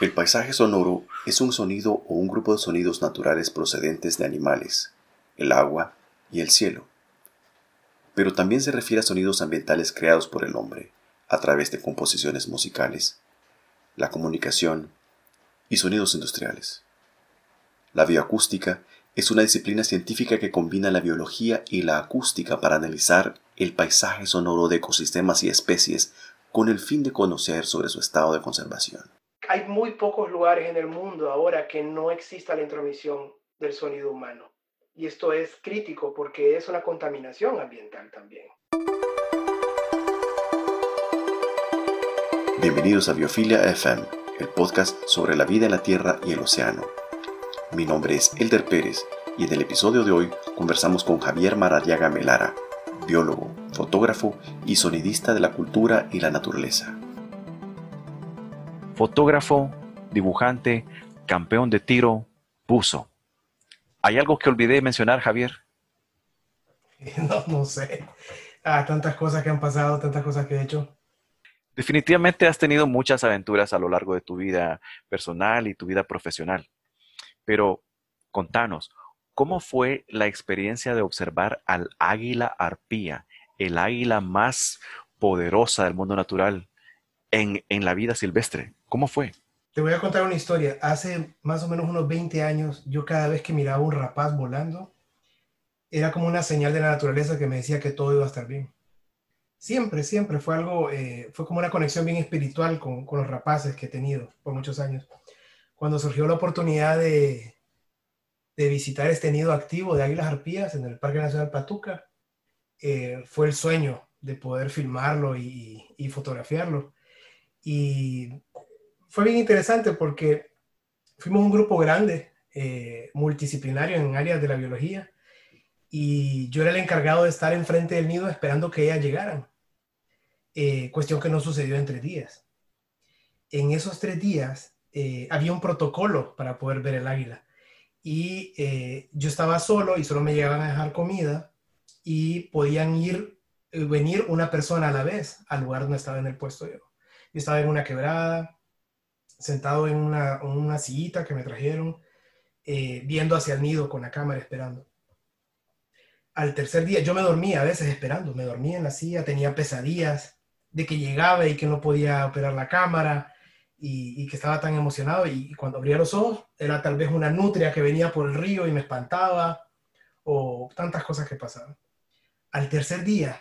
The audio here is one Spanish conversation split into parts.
El paisaje sonoro es un sonido o un grupo de sonidos naturales procedentes de animales, el agua y el cielo, pero también se refiere a sonidos ambientales creados por el hombre a través de composiciones musicales, la comunicación y sonidos industriales. La bioacústica es una disciplina científica que combina la biología y la acústica para analizar el paisaje sonoro de ecosistemas y especies con el fin de conocer sobre su estado de conservación. Hay muy pocos lugares en el mundo ahora que no exista la intromisión del sonido humano. Y esto es crítico porque es una contaminación ambiental también. Bienvenidos a Biofilia FM, el podcast sobre la vida en la Tierra y el océano. Mi nombre es Elder Pérez y en el episodio de hoy conversamos con Javier Maradiaga Melara, biólogo, fotógrafo y sonidista de la cultura y la naturaleza. Fotógrafo, dibujante, campeón de tiro, buzo. ¿Hay algo que olvidé mencionar, Javier? No sé. Tantas cosas que han pasado, tantas cosas que he hecho. Definitivamente has tenido muchas aventuras a lo largo de tu vida personal y tu vida profesional. Pero contanos, ¿cómo fue la experiencia de observar al águila arpía, el águila más poderosa del mundo natural en la vida silvestre? ¿Cómo fue? Te voy a contar una historia. Hace más o menos unos 20 años, yo cada vez que miraba un rapaz volando, era como una señal de la naturaleza que me decía que todo iba a estar bien. Siempre, siempre fue algo, fue como una conexión bien espiritual con los rapaces que he tenido por muchos años. Cuando surgió la oportunidad de visitar este nido activo de águilas arpías en el Parque Nacional Patuca, fue el sueño de poder filmarlo y fotografiarlo. Y fue bien interesante porque fuimos un grupo grande, multidisciplinario en áreas de la biología, y yo era el encargado de estar enfrente del nido esperando que ellas llegaran, cuestión que no sucedió en 3 días. En esos 3 días había un protocolo para poder ver el águila y yo estaba solo y solo me llegaban a dejar comida y podían venir una persona a la vez al lugar donde estaba en el puesto yo. Yo estaba en una quebrada, sentado en una sillita que me trajeron, viendo hacia el nido con la cámara esperando. Al tercer día, yo me dormía a veces esperando, me dormía en la silla, tenía pesadillas de que llegaba y que no podía operar la cámara y que estaba tan emocionado y cuando abría los ojos era tal vez una nutria que venía por el río y me espantaba o tantas cosas que pasaban. Al tercer día,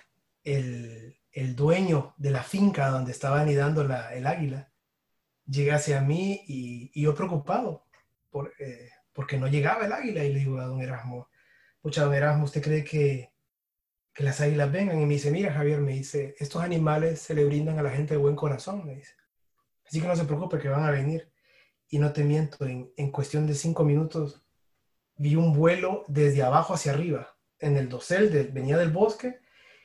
el dueño de la finca donde estaba anidando el águila llega hacia mí y yo preocupado porque no llegaba el águila y le digo a don Erasmo, pucha, don Erasmo, ¿usted cree que las águilas vengan? Y me dice, mira Javier, me dice, estos animales se le brindan a la gente de buen corazón, me dice. Así que no se preocupe que van a venir. Y no te miento, en cuestión de 5 minutos vi un vuelo desde abajo hacia arriba, en el dosel, venía del bosque,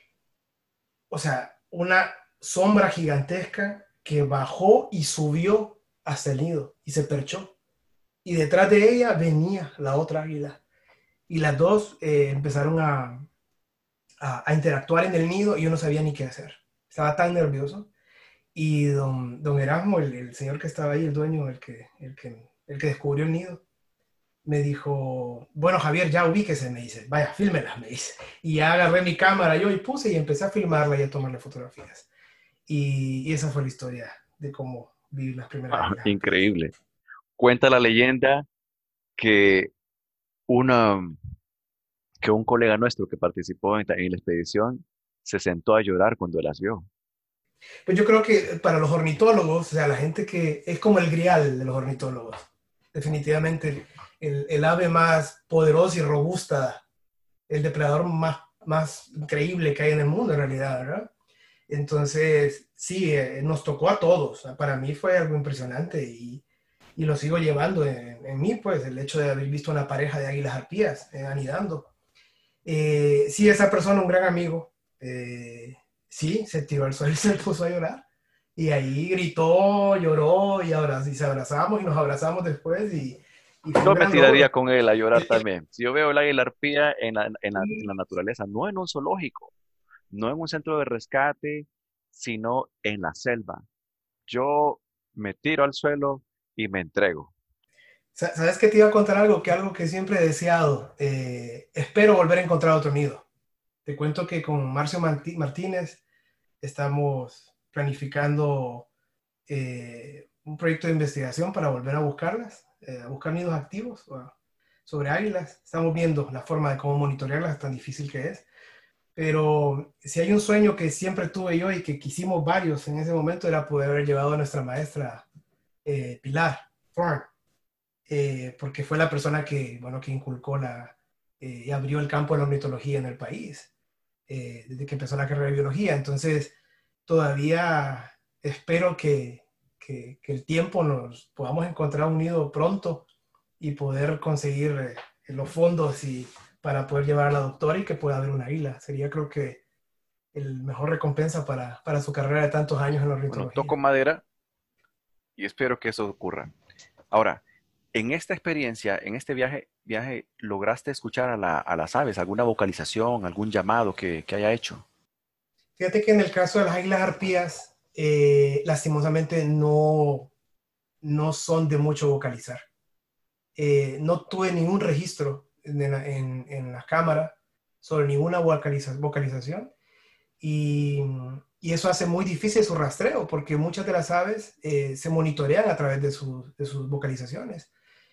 o sea, una sombra gigantesca que bajó y subió hasta el nido y se perchó. Y detrás de ella venía la otra águila. Y las dos empezaron a interactuar en el nido y yo no sabía ni qué hacer. Estaba tan nervioso. Y don Erasmo, el señor que estaba ahí, el dueño, el que descubrió el nido, me dijo, bueno, Javier, ya ubíquese, me dice, vaya, fílmela, me dice. Y ya agarré mi cámara yo y puse y empecé a filmarla y a tomarle fotografías. Y esa fue la historia de cómo vi las primeras Ah, águilas arpías. increíble. Cuenta la leyenda que, una, que un colega nuestro que participó en la expedición se sentó a llorar cuando las vio. Pues yo creo que para los ornitólogos, o sea, la gente que es como el grial de los ornitólogos, definitivamente el ave más poderosa y robusta, el depredador más increíble que hay en el mundo en realidad, ¿verdad? Entonces, sí, nos tocó a todos. Para mí fue algo impresionante y lo sigo llevando en mí, pues, el hecho de haber visto una pareja de águilas arpías anidando. Sí, esa persona, un gran amigo, sí, se tiró al suelo y se puso a llorar. Y ahí gritó, lloró y se abrazamos y nos abrazamos después y fue un Yo me gran tiraría logro. con él a llorar El- también. Si yo veo el águila arpía en la naturaleza, no en un zoológico, no en un centro de rescate, sino en la selva. Yo me tiro al suelo Y me entrego. ¿Sabes que te iba a contar algo que siempre he deseado? Espero volver a encontrar otro nido. Te cuento que con Marcio Martínez estamos planificando un proyecto de investigación para volver a buscarlas, a buscar nidos activos sobre águilas. Estamos viendo la forma de cómo monitorearlas, tan difícil que es. Pero si hay un sueño que siempre tuve yo y que quisimos varios en ese momento era poder haber llevado a nuestra maestra Pilar Thorne, porque fue la persona que, bueno, que inculcó y abrió el campo de la ornitología en el país, desde que empezó la carrera de biología. Entonces, todavía espero que el tiempo nos podamos encontrar un nido pronto y poder conseguir los fondos para poder llevar a la doctora y que pueda haber una águila. Sería, creo que, el mejor recompensa para su carrera de tantos años en la Bueno, toco ornitología. madera y espero que eso ocurra. Ahora, en esta experiencia, en este viaje, ¿lograste escuchar a las aves? ¿Alguna vocalización, algún llamado que haya hecho? Fíjate que en el caso de las águilas arpías, lastimosamente no son de mucho vocalizar. No tuve ningún registro en la cámara sobre ninguna vocalización y, y eso hace muy difícil su rastreo porque muchas de las aves se monitorean a través de sus vocalizaciones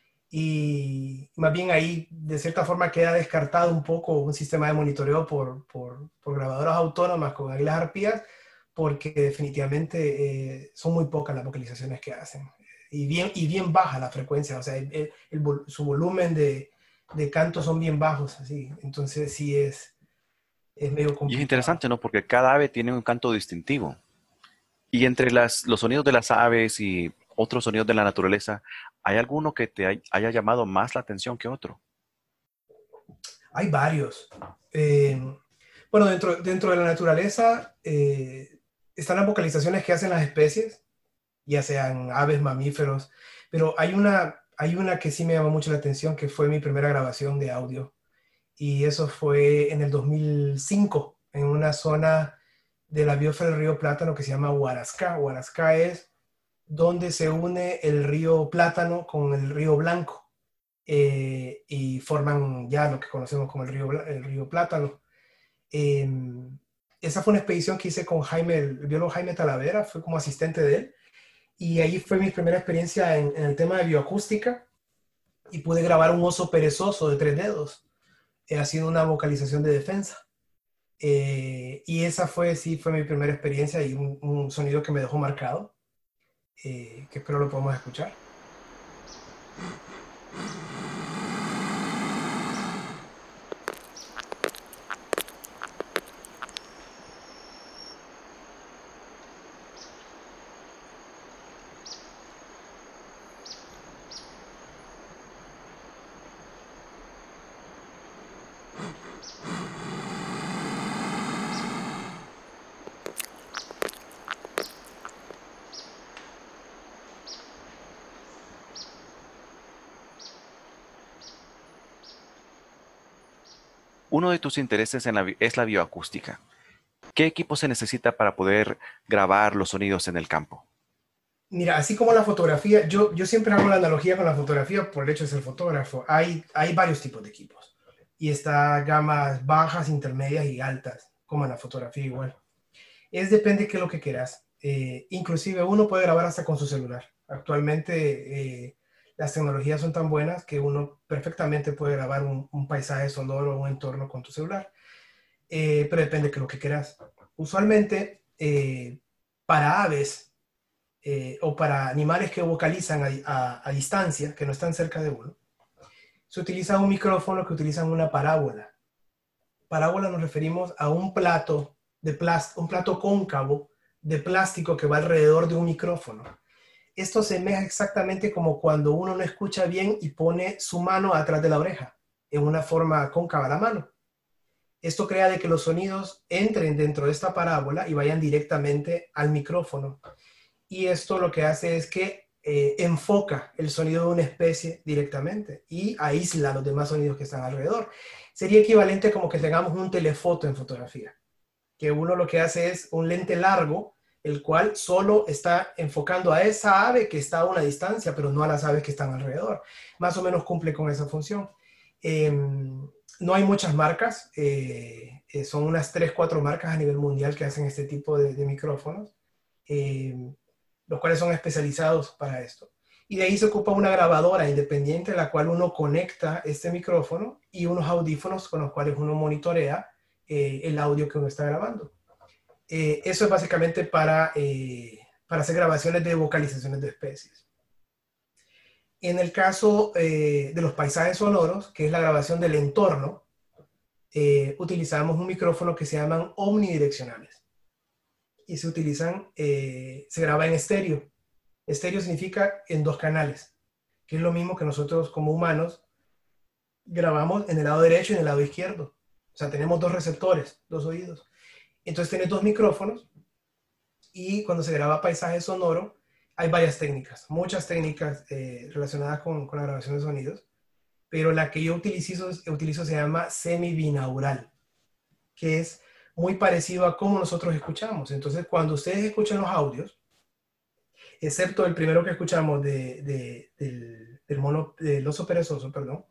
y más bien ahí de cierta forma queda descartado un poco un sistema de monitoreo por grabadoras autónomas con águilas arpías porque definitivamente son muy pocas las vocalizaciones que hacen y bien baja la frecuencia, o sea, su volumen de canto son bien bajos, así, entonces sí es medio Y es complicado. interesante, ¿no? Porque cada ave tiene un canto distintivo. Y entre los sonidos de las aves y otros sonidos de la naturaleza, ¿hay alguno que te haya llamado más la atención que otro? Hay varios. Eh, bueno, dentro de la naturaleza están las vocalizaciones que hacen las especies, ya sean aves, mamíferos, pero hay una que sí me llamó mucho la atención, que fue mi primera grabación de audio, y eso fue en el 2005, en una zona de la biosfera del río Plátano que se llama Huarasca. Huarasca es donde se une el río Plátano con el río Blanco y forman ya lo que conocemos como el río Plátano. Eh, Esa fue una expedición que hice con Jaime, el biólogo Jaime Talavera, fue como asistente de él, y ahí fue mi primera experiencia en el tema de bioacústica y pude grabar un oso perezoso de 3 dedos, haciendo una vocalización de defensa. Y esa sí, fue mi primera experiencia y un sonido que me dejó marcado, que espero lo podamos escuchar. Uno de tus intereses es la bioacústica. ¿Qué equipo se necesita para poder grabar los sonidos en el campo? Mira, así como la fotografía, yo siempre hago la analogía con la fotografía por el hecho de ser fotógrafo. Hay varios tipos de equipos y está gamas bajas, intermedias y altas, como en la fotografía igual. Depende de qué es lo que quieras. Inclusive uno puede grabar hasta con su celular. Actualmente las tecnologías son tan buenas que uno perfectamente puede grabar un paisaje sonoro o un entorno con tu celular. Pero depende de qué es lo que quieras. Usualmente para aves o para animales que vocalizan a distancia, que no están cerca de uno, se utiliza un micrófono que utilizan una parábola. Parábola nos referimos a un plato un plato cóncavo de plástico que va alrededor de un micrófono. Esto semeja exactamente como cuando uno no escucha bien y pone su mano atrás de la oreja, en una forma cóncava la mano. Esto crea de que los sonidos entren dentro de esta parábola y vayan directamente al micrófono. Y esto lo que hace es que enfoca el sonido de una especie directamente y aísla los demás sonidos que están alrededor. Sería equivalente como que tengamos un telefoto en fotografía, que uno lo que hace es un lente largo el cual solo está enfocando a esa ave que está a una distancia, pero no a las aves que están alrededor. Más o menos cumple con esa función. No hay muchas marcas, son unas 3, 4 marcas a nivel mundial que hacen este tipo de micrófonos, los cuales son especializados para esto. Y de ahí se ocupa una grabadora independiente en la cual uno conecta este micrófono y unos audífonos con los cuales uno monitorea el audio que uno está grabando. Eso es básicamente para hacer grabaciones de vocalizaciones de especies. En el caso de los paisajes sonoros, que es la grabación del entorno, utilizamos un micrófono que se llaman omnidireccionales. Y se graba en estéreo. Estéreo significa en 2 canales, que es lo mismo que nosotros como humanos grabamos en el lado derecho y en el lado izquierdo. O sea, tenemos 2 receptores, 2 oídos. Entonces tienes 2 micrófonos y cuando se graba paisaje sonoro hay varias técnicas, muchas técnicas relacionadas con la grabación de sonidos, pero la que yo utilizo se llama semibinaural, que es muy parecido a cómo nosotros escuchamos. Entonces cuando ustedes escuchan los audios, excepto el primero que escuchamos del oso perezoso, perdón,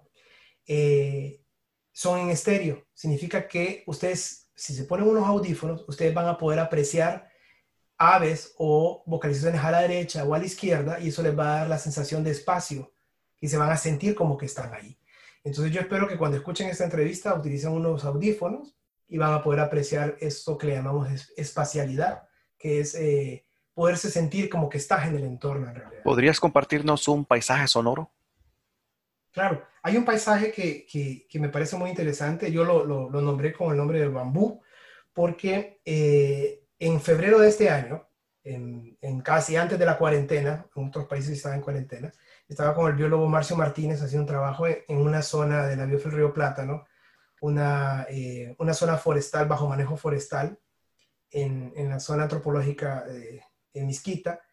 son en estéreo. Significa que ustedes, si se ponen unos audífonos, ustedes van a poder apreciar aves o vocalizaciones a la derecha o a la izquierda, y eso les va a dar la sensación de espacio y se van a sentir como que están ahí. Entonces yo espero que cuando escuchen esta entrevista utilicen unos audífonos y van a poder apreciar esto que le llamamos espacialidad, que es poderse sentir como que estás en el entorno en realidad. ¿Podrías compartirnos un paisaje sonoro? Claro, hay un paisaje que me parece muy interesante. Yo lo nombré con el nombre del bambú, porque en febrero de este año, en casi antes de la cuarentena, en otros países estaba en cuarentena, estaba con el biólogo Marcio Martínez haciendo un trabajo en una zona de la biosfera del río Plátano, una zona forestal, bajo manejo forestal, en la zona antropológica de Mezquita.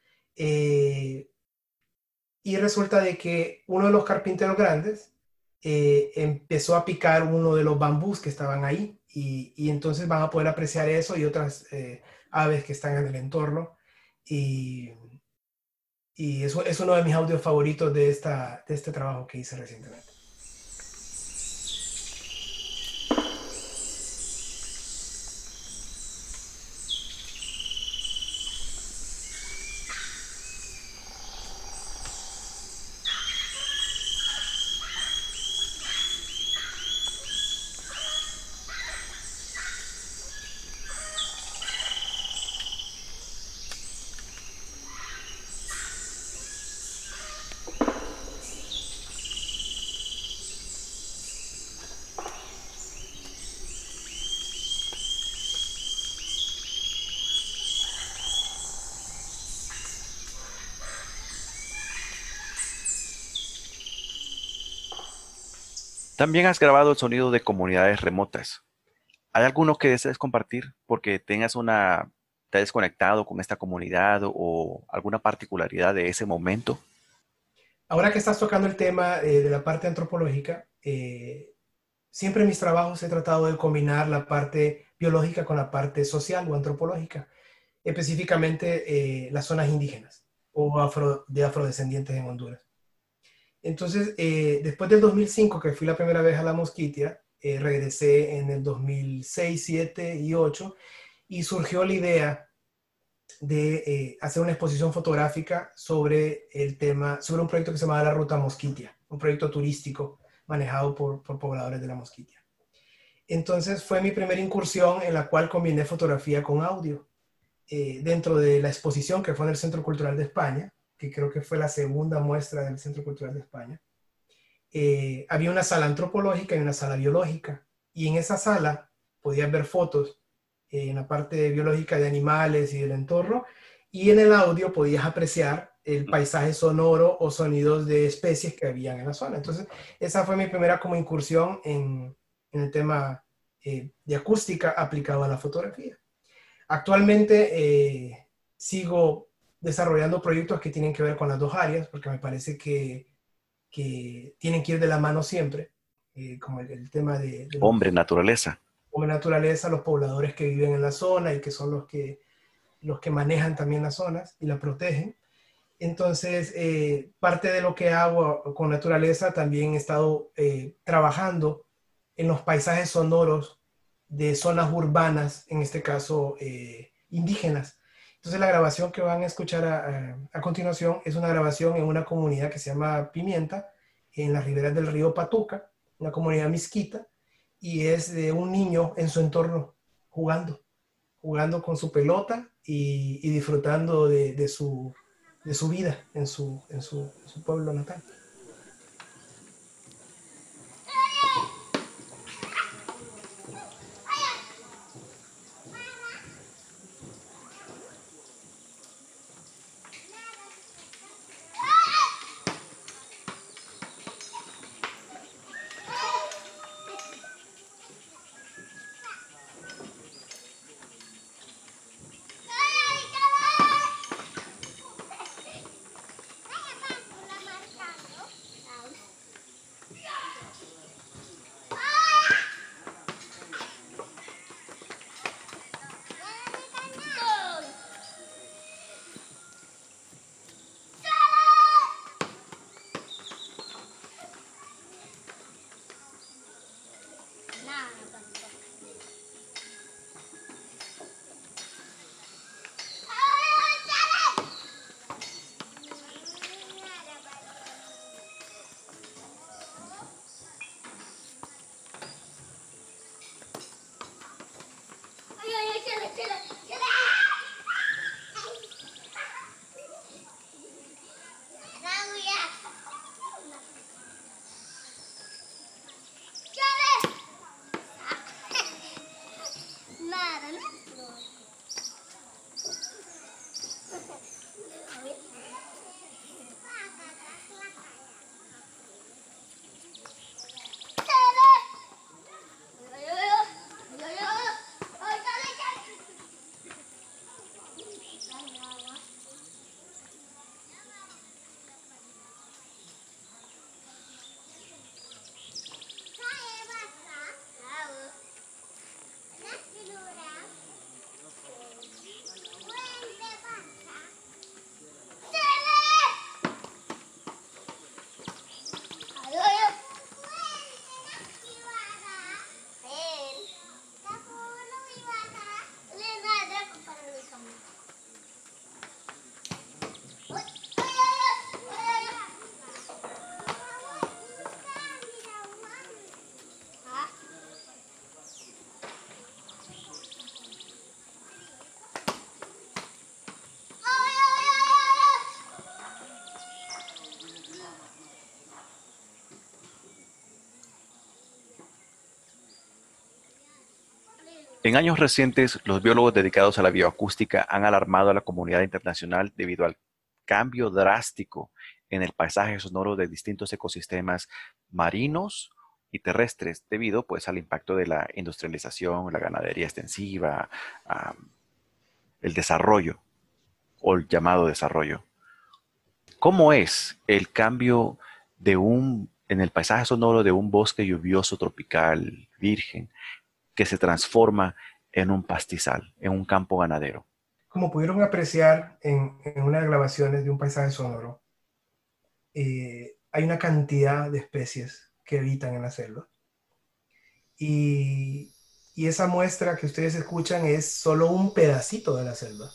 Y resulta de que uno de los carpinteros grandes empezó a picar uno de los bambús que estaban ahí, y entonces van a poder apreciar eso y otras aves que están en el entorno. Y eso es uno de mis audios favoritos de este trabajo que hice recientemente. También has grabado el sonido de comunidades remotas. ¿Hay alguno que desees compartir porque te hayas conectado con esta comunidad o alguna particularidad de ese momento? Ahora que estás tocando el tema de la parte antropológica, siempre en mis trabajos he tratado de combinar la parte biológica con la parte social o antropológica, específicamente las zonas indígenas o de afrodescendientes en Honduras. Entonces, después del 2005, que fui la primera vez a la Mosquitia, regresé en el 2006, 2007 y 2008, y surgió la idea de hacer una exposición fotográfica sobre sobre un proyecto que se llamaba la Ruta Mosquitia, un proyecto turístico manejado por pobladores de la Mosquitia. Entonces fue mi primera incursión en la cual combiné fotografía con audio. Dentro de la exposición que fue en el Centro Cultural de España, que creo que fue la segunda muestra del Centro Cultural de España, había una sala antropológica y una sala biológica. Y en esa sala podías ver fotos en la parte biológica de animales y del entorno, y en el audio podías apreciar el paisaje sonoro o sonidos de especies que habían en la zona. Entonces, esa fue mi primera como incursión en el tema de acústica aplicado a la fotografía. Actualmente sigo desarrollando proyectos que tienen que ver con las 2 áreas, porque me parece que tienen que ir de la mano siempre, como el tema de Hombre, naturaleza. como naturaleza, los pobladores que viven en la zona y que son los que los que manejan también las zonas y la protegen. Entonces, parte de lo que hago con naturaleza, también he estado trabajando en los paisajes sonoros de zonas urbanas, en este caso indígenas. Entonces, la grabación que van a escuchar a continuación es una grabación en una comunidad que se llama Pimienta, en las riberas del río Patuca, una comunidad misquita, y es de un niño en su entorno jugando con su pelota y disfrutando de su vida en su pueblo natal. En años recientes, los biólogos dedicados a la bioacústica han alarmado a la comunidad internacional debido al cambio drástico en el paisaje sonoro de distintos ecosistemas marinos y terrestres debido pues al impacto de la industrialización, la ganadería extensiva, el desarrollo o el llamado desarrollo. ¿Cómo es el cambio en el paisaje sonoro de un bosque lluvioso tropical virgen que se transforma en un pastizal, en un campo ganadero? Como pudieron apreciar en unas grabaciones de un paisaje sonoro, hay una cantidad de especies que habitan en la selva. Y esa muestra que ustedes escuchan es solo un pedacito de la selva.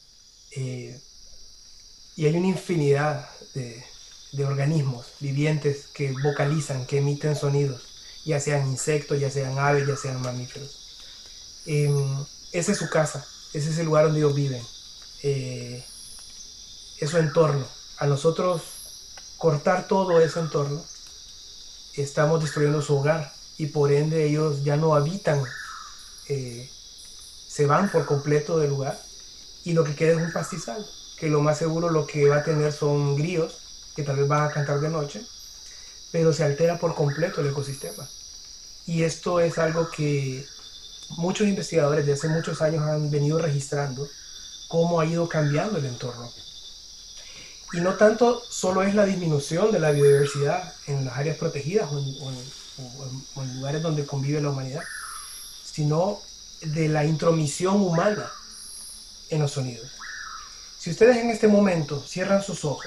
Y hay una infinidad de organismos vivientes que vocalizan, que emiten sonidos, ya sean insectos, ya sean aves, ya sean mamíferos. Esa es su casa, ese es el lugar donde ellos viven, es su entorno. A nosotros cortar todo ese entorno, estamos destruyendo su hogar y por ende ellos ya no habitan, se van por completo del lugar y lo que queda es un pastizal, que lo más seguro lo que va a tener son grillos que tal vez van a cantar de noche, pero se altera por completo el ecosistema. Y esto es algo que muchos investigadores de hace muchos años han venido registrando, cómo ha ido cambiando el entorno. Y no tanto solo es la disminución de la biodiversidad en las áreas protegidas o en lugares donde convive la humanidad, sino de la intromisión humana en los sonidos. Si ustedes en este momento cierran sus ojos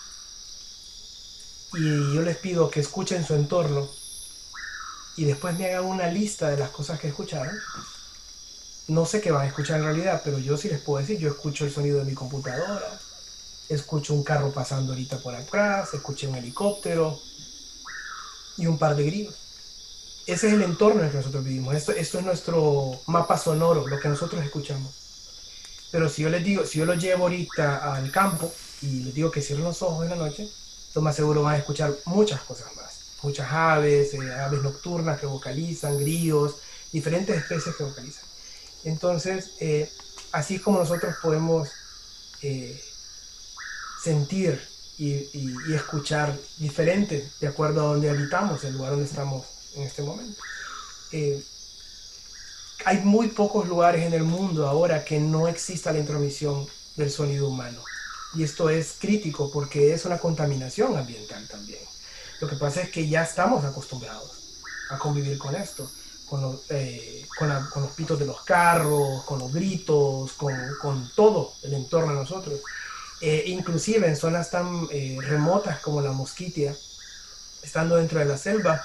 y yo les pido que escuchen su entorno y después me hagan una lista de las cosas que escucharon, no sé qué van a escuchar en realidad, pero yo sí les puedo decir, yo escucho el sonido de mi computadora, escucho un carro pasando ahorita por atrás, escuché un helicóptero y un par de grillos. Ese es el entorno en el que nosotros vivimos. Esto es nuestro mapa sonoro, lo que nosotros escuchamos. Pero si yo les digo, si yo los llevo ahorita al campo y les digo que cierren los ojos en la noche, lo más seguro van a escuchar muchas cosas más. Muchas aves, aves nocturnas que vocalizan, grillos, diferentes especies que vocalizan. Entonces, así es como nosotros podemos eh, sentir y escuchar diferente de acuerdo a donde habitamos, el lugar donde estamos en este momento. Eh, Hay muy pocos lugares en el mundo ahora que no exista la intromisión del sonido humano. Y esto es crítico porque es una contaminación ambiental también. Lo que pasa es que ya estamos acostumbrados a convivir con esto, con los pitos de los carros, con los gritos, con todo el entorno de nosotros. Inclusive en zonas tan remotas como la Mosquitia, estando dentro de la selva,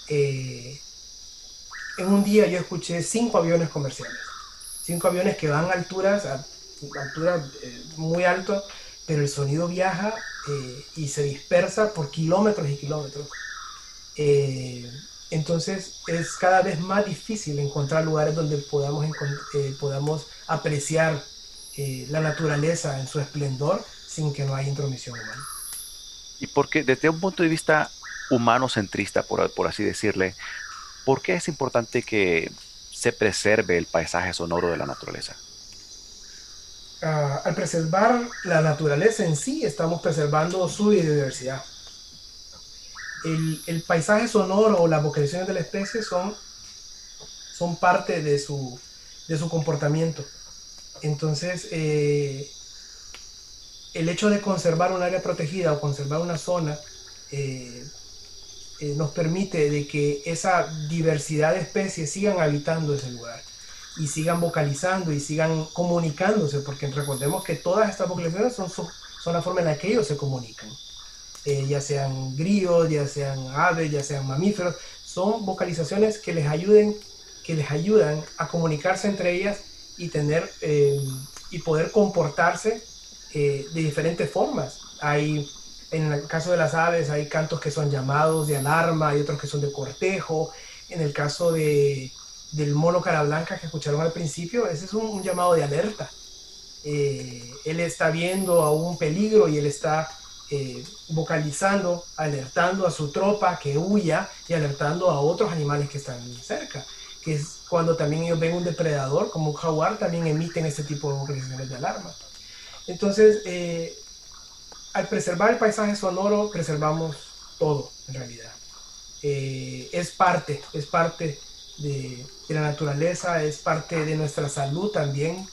en un día yo escuché 5 aviones comerciales, 5 aviones que van a alturas muy altas, pero el sonido viaja y se dispersa por kilómetros y kilómetros. Eh, entonces es cada vez más difícil encontrar lugares donde podamos apreciar la naturaleza en su esplendor sin que no haya intromisión humana. Y porque desde un punto de vista humano centrista, por así decirle, ¿por qué es importante que se preserve el paisaje sonoro de la naturaleza? Al preservar la naturaleza en sí, estamos preservando su biodiversidad. El paisaje sonoro o las vocalizaciones de la especie son parte de su comportamiento. Entonces, el hecho de conservar un área protegida o conservar una zona eh, nos permite de que esa diversidad de especies sigan habitando ese lugar y sigan vocalizando y sigan comunicándose, porque recordemos que todas estas vocalizaciones son la forma en la que ellos se comunican. Ya sean grillos, ya sean aves, ya sean mamíferos, son vocalizaciones que les ayudan a comunicarse entre ellas y y poder comportarse de diferentes formas. En el caso de las aves hay cantos que son llamados de alarma, hay otros que son de cortejo. En el caso del mono cara blanca que escucharon al principio, ese es un llamado de alerta. Él está viendo a un peligro y él está vocalizando, alertando a su tropa que huya y alertando a otros animales que están cerca, que es cuando también ellos ven un depredador como un jaguar, también emiten este tipo de vocalizaciones de alarma. Entonces, al preservar el paisaje sonoro, preservamos todo en realidad. Es parte de la naturaleza, es parte de nuestra salud también.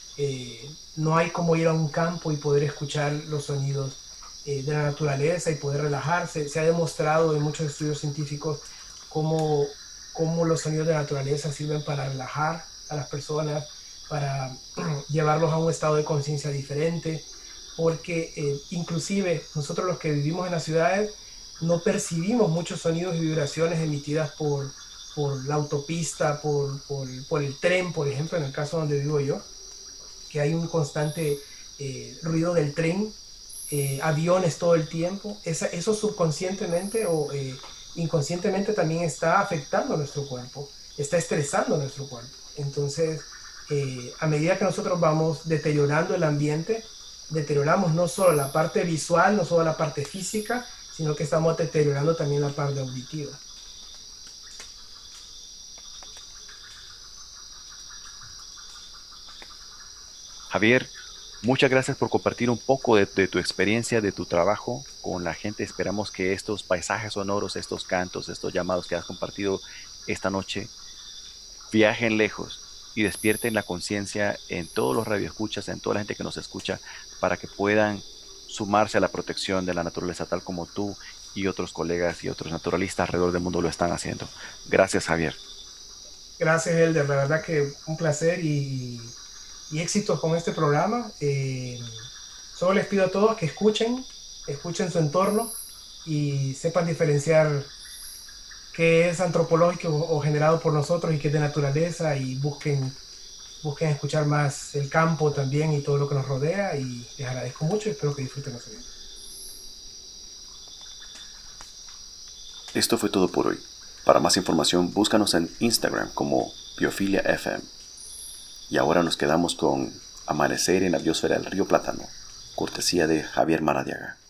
No hay como ir a un campo y poder escuchar los sonidos de la naturaleza y poder relajarse. Se ha demostrado en muchos estudios científicos cómo, cómo los sonidos de la naturaleza sirven para relajar a las personas, para llevarlos a un estado de conciencia diferente, porque inclusive nosotros los que vivimos en las ciudades no percibimos muchos sonidos y vibraciones emitidas por la autopista, por el tren, por ejemplo, en el caso donde vivo yo, que hay un constante ruido del tren, aviones todo el tiempo. Eso subconscientemente o inconscientemente también está afectando a nuestro cuerpo, está estresando a nuestro cuerpo. Entonces, a medida que nosotros vamos deteriorando el ambiente, deterioramos no solo la parte visual, no solo la parte física, sino que estamos deteriorando también la parte auditiva. Javier, muchas gracias por compartir un poco de tu experiencia, de tu trabajo con la gente. Esperamos que estos paisajes sonoros, estos cantos, estos llamados que has compartido esta noche viajen lejos y despierten la conciencia en todos los radioescuchas, en toda la gente que nos escucha, para que puedan sumarse a la protección de la naturaleza tal como tú y otros colegas y otros naturalistas alrededor del mundo lo están haciendo. Gracias, Javier. Gracias, Elder. La verdad que un placer y y éxitos con este programa. Solo les pido a todos que escuchen su entorno y sepan diferenciar qué es antropológico o generado por nosotros y qué es de naturaleza, y busquen escuchar más el campo también y todo lo que nos rodea, y les agradezco mucho y espero que disfruten los videos. Esto fue todo por hoy. Para más información, búscanos en Instagram como Biofilia FM. Y ahora nos quedamos con Amanecer en la biosfera del río Plátano, cortesía de Javier Maradiaga.